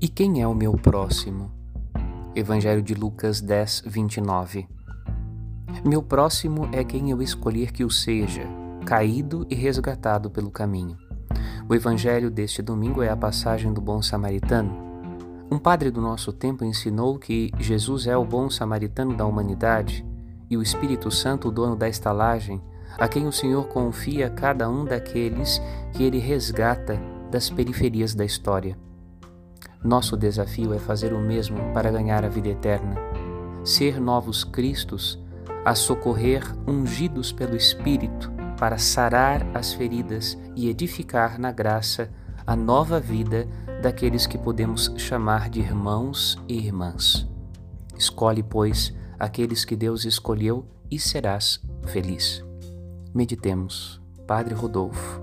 E quem é o meu próximo? Evangelho de Lucas 10, 29. Meu próximo é quem eu escolher que o seja, caído e resgatado pelo caminho. O evangelho deste domingo é a passagem do bom samaritano. Um padre do nosso tempo ensinou que Jesus é o bom samaritano da humanidade e o Espírito Santo o dono da estalagem, a quem o Senhor confia cada um daqueles que ele resgata das periferias da história. Nosso desafio é fazer o mesmo para ganhar a vida eterna, ser novos Cristos, a socorrer ungidos pelo Espírito para sarar as feridas e edificar na graça a nova vida daqueles que podemos chamar de irmãos e irmãs. Escolhe, pois, aqueles que Deus escolheu e serás feliz. Meditemos. Padre Rodolfo.